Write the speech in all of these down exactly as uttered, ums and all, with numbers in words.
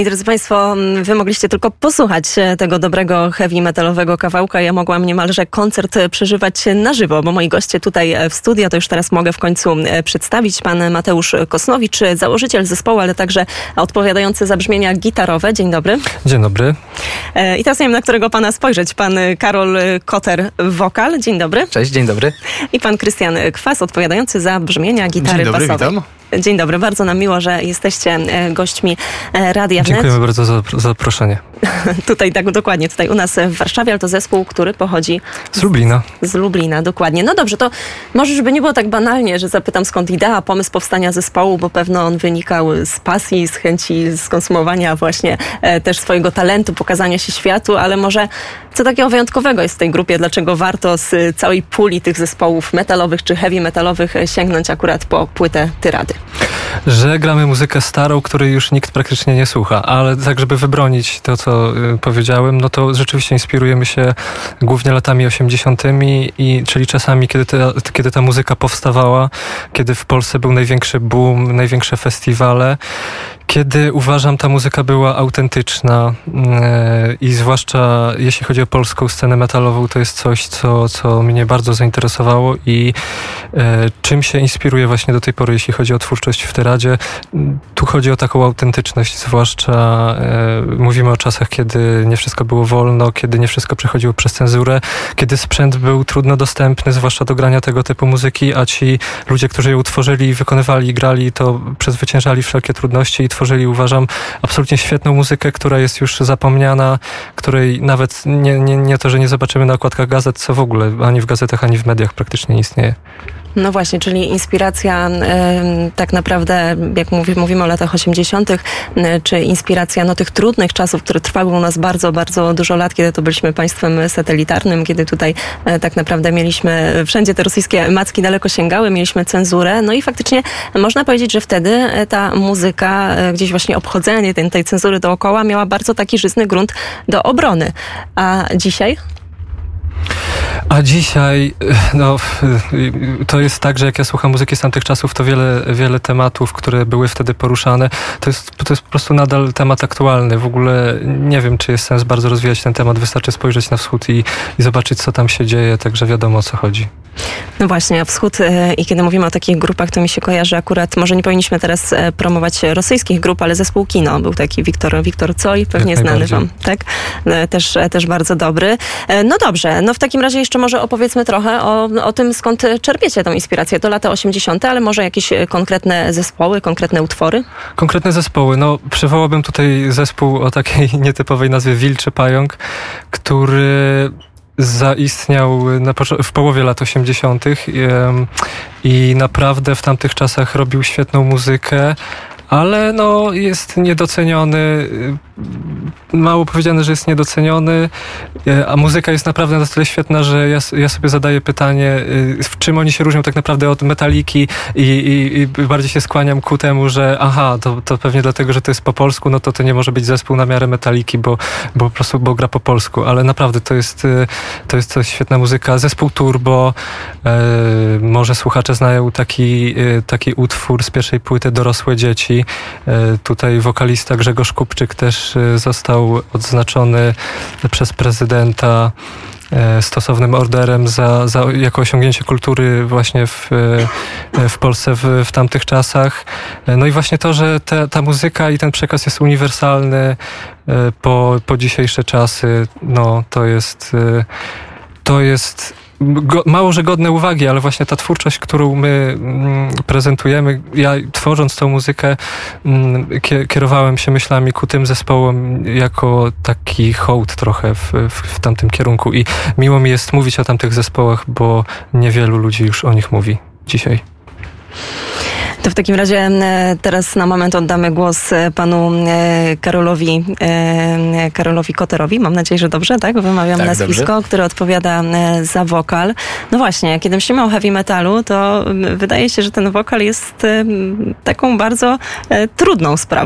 Drodzy Państwo, wy mogliście tylko posłuchać tego dobrego heavy metalowego kawałka. Ja mogłam niemalże koncert przeżywać na żywo, bo moi goście tutaj w studio, to już teraz mogę w końcu przedstawić. Pan Mateusz Kosnowicz, założyciel zespołu, ale także odpowiadający za brzmienia gitarowe. Dzień dobry. Dzień dobry. I teraz nie wiem, na którego pana spojrzeć. Pan Karol Koter, wokal. Dzień dobry. Cześć, dzień dobry. I pan Krystian Kwas, odpowiadający za brzmienia gitary dzień dobry, basowej. Witam. Dzień dobry, bardzo nam miło, że jesteście gośćmi Radia Wnet. Dziękujemy bardzo za zaproszenie. Tutaj, tak dokładnie, tutaj u nas w Warszawie, ale to zespół, który pochodzi z Lublina. Z, z Lublina, dokładnie. No dobrze, to może, żeby nie było tak banalnie, że zapytam, skąd idea, pomysł powstania zespołu, bo pewno on wynikał z pasji, z chęci skonsumowania właśnie e, też swojego talentu, pokazania się światu, ale może co takiego wyjątkowego jest w tej grupie, dlaczego warto z całej puli tych zespołów metalowych czy heavy metalowych sięgnąć akurat po płytę Tyrady? Że gramy muzykę starą, której już nikt praktycznie nie słucha, ale tak, żeby wybronić to, co y, powiedziałem, no to rzeczywiście inspirujemy się głównie latami osiemdziesiątymi, i, czyli czasami, kiedy, te, kiedy ta muzyka powstawała, kiedy w Polsce był największy boom, największe festiwale, kiedy uważam, ta muzyka była autentyczna yy, i zwłaszcza jeśli chodzi o polską scenę metalową, to jest coś, co, co mnie bardzo zainteresowało i yy, czym się inspiruję właśnie do tej pory, jeśli chodzi o twórczość w Tyradzie. Tu chodzi o taką autentyczność, zwłaszcza yy, mówimy o czasach, kiedy nie wszystko było wolno, kiedy nie wszystko przechodziło przez cenzurę, kiedy sprzęt był trudno dostępny, zwłaszcza do grania tego typu muzyki, a ci ludzie, którzy ją tworzyli, wykonywali i grali, to przezwyciężali wszelkie trudności i tworzyli, uważam, absolutnie świetną muzykę, która jest już zapomniana, której nawet nie, nie, nie to, że nie zobaczymy na okładkach gazet, co w ogóle ani w gazetach, ani w mediach praktycznie nie istnieje. No właśnie, czyli inspiracja y, tak naprawdę, jak mówi, mówimy o latach osiemdziesiątych, y, czy inspiracja no, tych trudnych czasów, które trwały u nas bardzo, bardzo dużo lat, kiedy to byliśmy państwem satelitarnym, kiedy tutaj y, tak naprawdę mieliśmy, wszędzie te rosyjskie macki daleko sięgały, mieliśmy cenzurę, no i faktycznie można powiedzieć, że wtedy ta muzyka, y, gdzieś właśnie obchodzenie tej, tej cenzury dookoła miała bardzo taki żyzny grunt do obrony. A dzisiaj? A dzisiaj, no, to jest tak, że jak ja słucham muzyki z tamtych czasów, to wiele, wiele tematów, które były wtedy poruszane, to jest, to jest po prostu nadal temat aktualny. W ogóle nie wiem, czy jest sens bardzo rozwijać ten temat. Wystarczy spojrzeć na wschód i, i zobaczyć, co tam się dzieje, także wiadomo, o co chodzi. No właśnie, a wschód e, i kiedy mówimy o takich grupach, to mi się kojarzy akurat, może nie powinniśmy teraz e, promować rosyjskich grup, ale zespół Kino. Był taki Wiktor, Wiktor Coj, pewnie znany wam, tak? E, też, e, też bardzo dobry. E, no dobrze, no w takim razie jeszcze może opowiedzmy trochę o, o tym, skąd czerpiecie tą inspirację. To lata osiemdziesiąte, ale może jakieś konkretne zespoły, konkretne utwory? Konkretne zespoły. No, przywołałbym tutaj zespół o takiej nietypowej nazwie Wilczy Pająk, który zaistniał na, w połowie lat osiemdziesiątych i, i naprawdę w tamtych czasach robił świetną muzykę, ale no jest niedoceniony, mało powiedziane, że jest niedoceniony, a muzyka jest naprawdę na tyle świetna, że ja, ja sobie zadaję pytanie, w czym oni się różnią tak naprawdę od Metaliki i, i, i bardziej się skłaniam ku temu, że aha, to, to pewnie dlatego, że to jest po polsku, no to to nie może być zespół na miarę Metaliki, bo, bo po prostu bo gra po polsku, ale naprawdę to jest, to jest coś świetna muzyka. Zespół Turbo, e, może słuchacze znają taki, taki utwór z pierwszej płyty Dorosłe Dzieci. Tutaj wokalista Grzegorz Kupczyk też został odznaczony przez prezydenta stosownym orderem za, za jako osiągnięcie kultury właśnie w, w Polsce w, w tamtych czasach. No i właśnie to, że te, ta muzyka i ten przekaz jest uniwersalny po, po dzisiejsze czasy, no to jest to jest Go, mało, że godne uwagi, ale właśnie ta twórczość, którą my mm, prezentujemy, ja tworząc tą muzykę mm, kierowałem się myślami ku tym zespołom jako taki hołd trochę w, w, w tamtym kierunku i miło mi jest mówić o tamtych zespołach, bo niewielu ludzi już o nich mówi dzisiaj. To w takim razie teraz na moment oddamy głos panu Karolowi, Karolowi Koterowi. Mam nadzieję, że dobrze, tak? Wymawiam tak, nazwisko, dobrze. Który odpowiada za wokal. No właśnie, kiedy myślimy o heavy metalu, to wydaje się, że ten wokal jest taką bardzo trudną sprawą.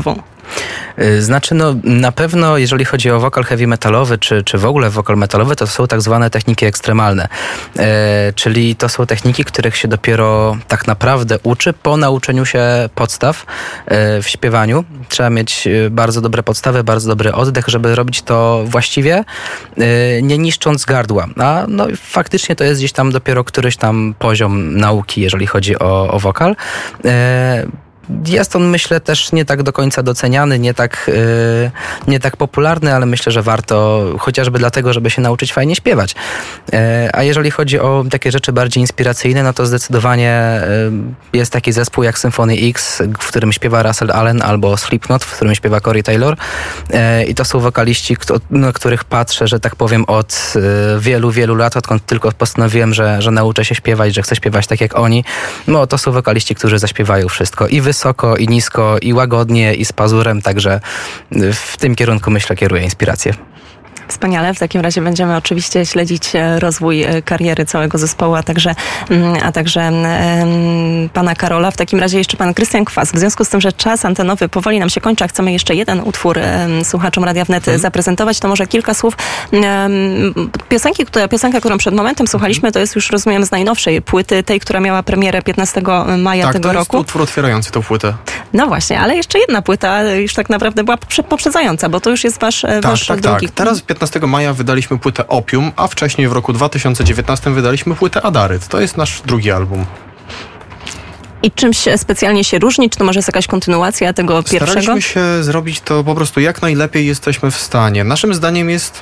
Znaczy, no na pewno jeżeli chodzi o wokal heavy metalowy, czy, czy w ogóle wokal metalowy, to są tak zwane techniki ekstremalne. E, czyli to są techniki, których się dopiero tak naprawdę uczy po nauczeniu się podstaw e, w śpiewaniu. Trzeba mieć bardzo dobre podstawy, bardzo dobry oddech, żeby robić to właściwie, e, nie niszcząc gardła. A no faktycznie to jest gdzieś tam dopiero któryś tam poziom nauki, jeżeli chodzi o, o wokal. E, Jest on, myślę, też nie tak do końca doceniany, nie tak, yy, nie tak popularny, ale myślę, że warto chociażby dlatego, żeby się nauczyć fajnie śpiewać. Yy, a jeżeli chodzi o takie rzeczy bardziej inspiracyjne, no to zdecydowanie yy, jest taki zespół jak Symphony X, w którym śpiewa Russell Allen, albo Slipknot, w którym śpiewa Corey Taylor. Yy, I to są wokaliści, kto, na których patrzę, że tak powiem, od yy, wielu, wielu lat, odkąd tylko postanowiłem, że, że nauczę się śpiewać, że chcę śpiewać tak jak oni. No to są wokaliści, którzy zaśpiewają wszystko i wy wysoko i nisko, i łagodnie, i z pazurem, także w tym kierunku, myślę, kieruję inspirację. Wspaniale. W takim razie będziemy oczywiście śledzić rozwój kariery całego zespołu, a także, a także um, pana Karola. W takim razie jeszcze pan Krystian Kwas. W związku z tym, że czas antenowy powoli nam się kończy, a chcemy jeszcze jeden utwór um, słuchaczom Radia Wnet hmm. zaprezentować, to może kilka słów. Um, piosenki, która, piosenka, którą przed momentem słuchaliśmy, to jest już, rozumiem, z najnowszej płyty, tej, która miała premierę piętnastego maja tak, tego roku. Tak, to jest utwór otwierający tą płytę. No właśnie, ale jeszcze jedna płyta już tak naprawdę była poprzedzająca, bo to już jest wasz, tak, wasz tak, drugi... Tak. Teraz piętnastego maja wydaliśmy płytę Opium, a wcześniej w roku dwa tysiące dziewiętnastym wydaliśmy płytę Adaryt. To jest nasz drugi album. I czymś specjalnie się różni? Czy to może jest jakaś kontynuacja tego pierwszego? Staraliśmy się zrobić to po prostu jak najlepiej jesteśmy w stanie. Naszym zdaniem jest...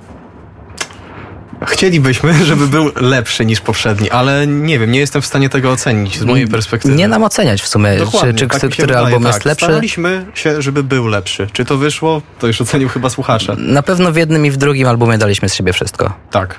Chcielibyśmy, żeby był lepszy niż poprzedni, ale nie wiem, nie jestem w stanie tego ocenić z mojej perspektywy. Nie nam oceniać w sumie, Dokładnie, czy, czy tak który wydaje, album tak. jest lepszy. Staraliśmy się, żeby był lepszy. Czy to wyszło? To już ocenił chyba słuchacze. Na pewno w jednym i w drugim albumie daliśmy z siebie wszystko. Tak.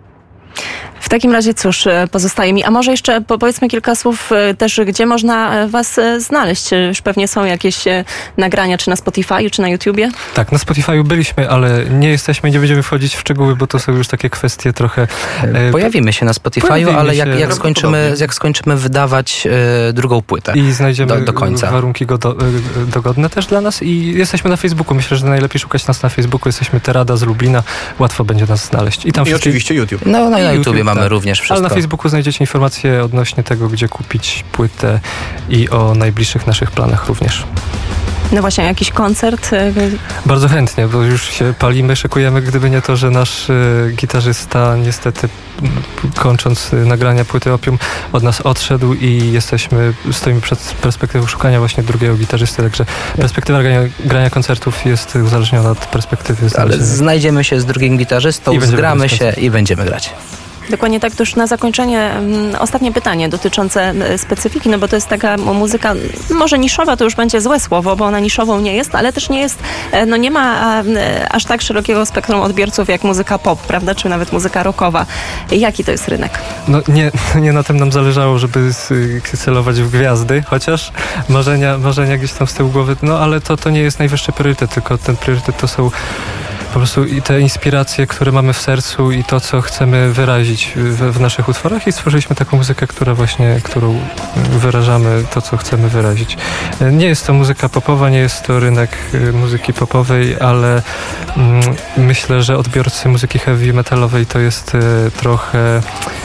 W takim razie cóż, pozostaje mi, a może jeszcze powiedzmy kilka słów też, gdzie można was znaleźć. Już pewnie są jakieś nagrania, czy na Spotify, czy na YouTubie? Tak, na Spotify byliśmy, ale nie jesteśmy, nie będziemy wchodzić w szczegóły, bo to są już takie kwestie trochę... E, Pojawimy się na Spotify'u, ale jak, jak, skończymy, jak skończymy wydawać e, drugą płytę i znajdziemy do, do końca. warunki go do, dogodne też dla nas i jesteśmy na Facebooku. Myślę, że najlepiej szukać nas na Facebooku. Jesteśmy Terada z Lublina. Łatwo będzie nas znaleźć. I, tam I oczywiście YouTube. No, no i na YouTubie YouTube, mamy tak. również wszystko. Ale na Facebooku znajdziecie informacje odnośnie tego, gdzie kupić płytę i o najbliższych naszych planach również. No właśnie, jakiś koncert? Bardzo chętnie, bo już się palimy, szykujemy, gdyby nie to, że nasz y, gitarzysta niestety kończąc y, nagrania płyty Opium od nas odszedł i jesteśmy, stoimy przed perspektywą szukania właśnie drugiego gitarzysty, także perspektywa grania, grania koncertów jest uzależniona od perspektywy. Ale znajdziemy się z drugim gitarzystą, zgramy się i będziemy grać. Dokładnie tak, to już na zakończenie um, ostatnie pytanie dotyczące um, specyfiki, no bo to jest taka muzyka, może niszowa to już będzie złe słowo, bo ona niszową nie jest, ale też nie jest, no nie ma um, aż tak szerokiego spektrum odbiorców jak muzyka pop, prawda, czy nawet muzyka rockowa. Jaki to jest rynek? No nie, nie na tym nam zależało, żeby celować w gwiazdy, chociaż marzenia, marzenia gdzieś tam z tyłu głowy, no ale to, to nie jest najwyższy priorytet, tylko ten priorytet to są po prostu i te inspiracje, które mamy w sercu i to, co chcemy wyrazić w, w naszych utworach i stworzyliśmy taką muzykę, która właśnie, którą wyrażamy to, co chcemy wyrazić. Nie jest to muzyka popowa, nie jest to rynek muzyki popowej, ale mm, myślę, że odbiorcy muzyki heavy metalowej to jest y, trochę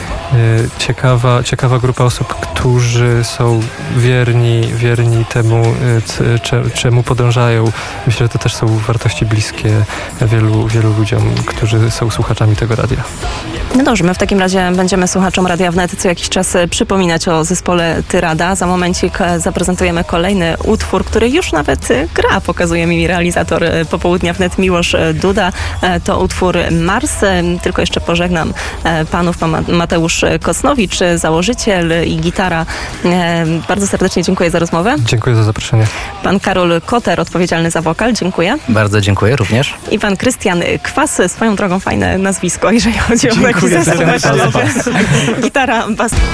Ciekawa, ciekawa grupa osób, którzy są wierni, wierni temu, czemu podążają. Myślę, że to też są wartości bliskie wielu, wielu ludziom, którzy są słuchaczami tego radia. No dobrze, my w takim razie będziemy słuchaczom Radia Wnet co jakiś czas przypominać o zespole Tyrada. Za momencik zaprezentujemy kolejny utwór, który już nawet gra, pokazuje mi realizator Popołudnia Wnet Miłosz Duda. To utwór Mars. Tylko jeszcze pożegnam panów, pan Mateusz Kosnowicz, założyciel i gitara. Bardzo serdecznie dziękuję za rozmowę. Dziękuję za zaproszenie. Pan Karol Koter, odpowiedzialny za wokal. Dziękuję. Bardzo dziękuję również. I pan Krystian Kwas, swoją drogą fajne nazwisko, jeżeli chodzi o taki zespół. Gitara, bas.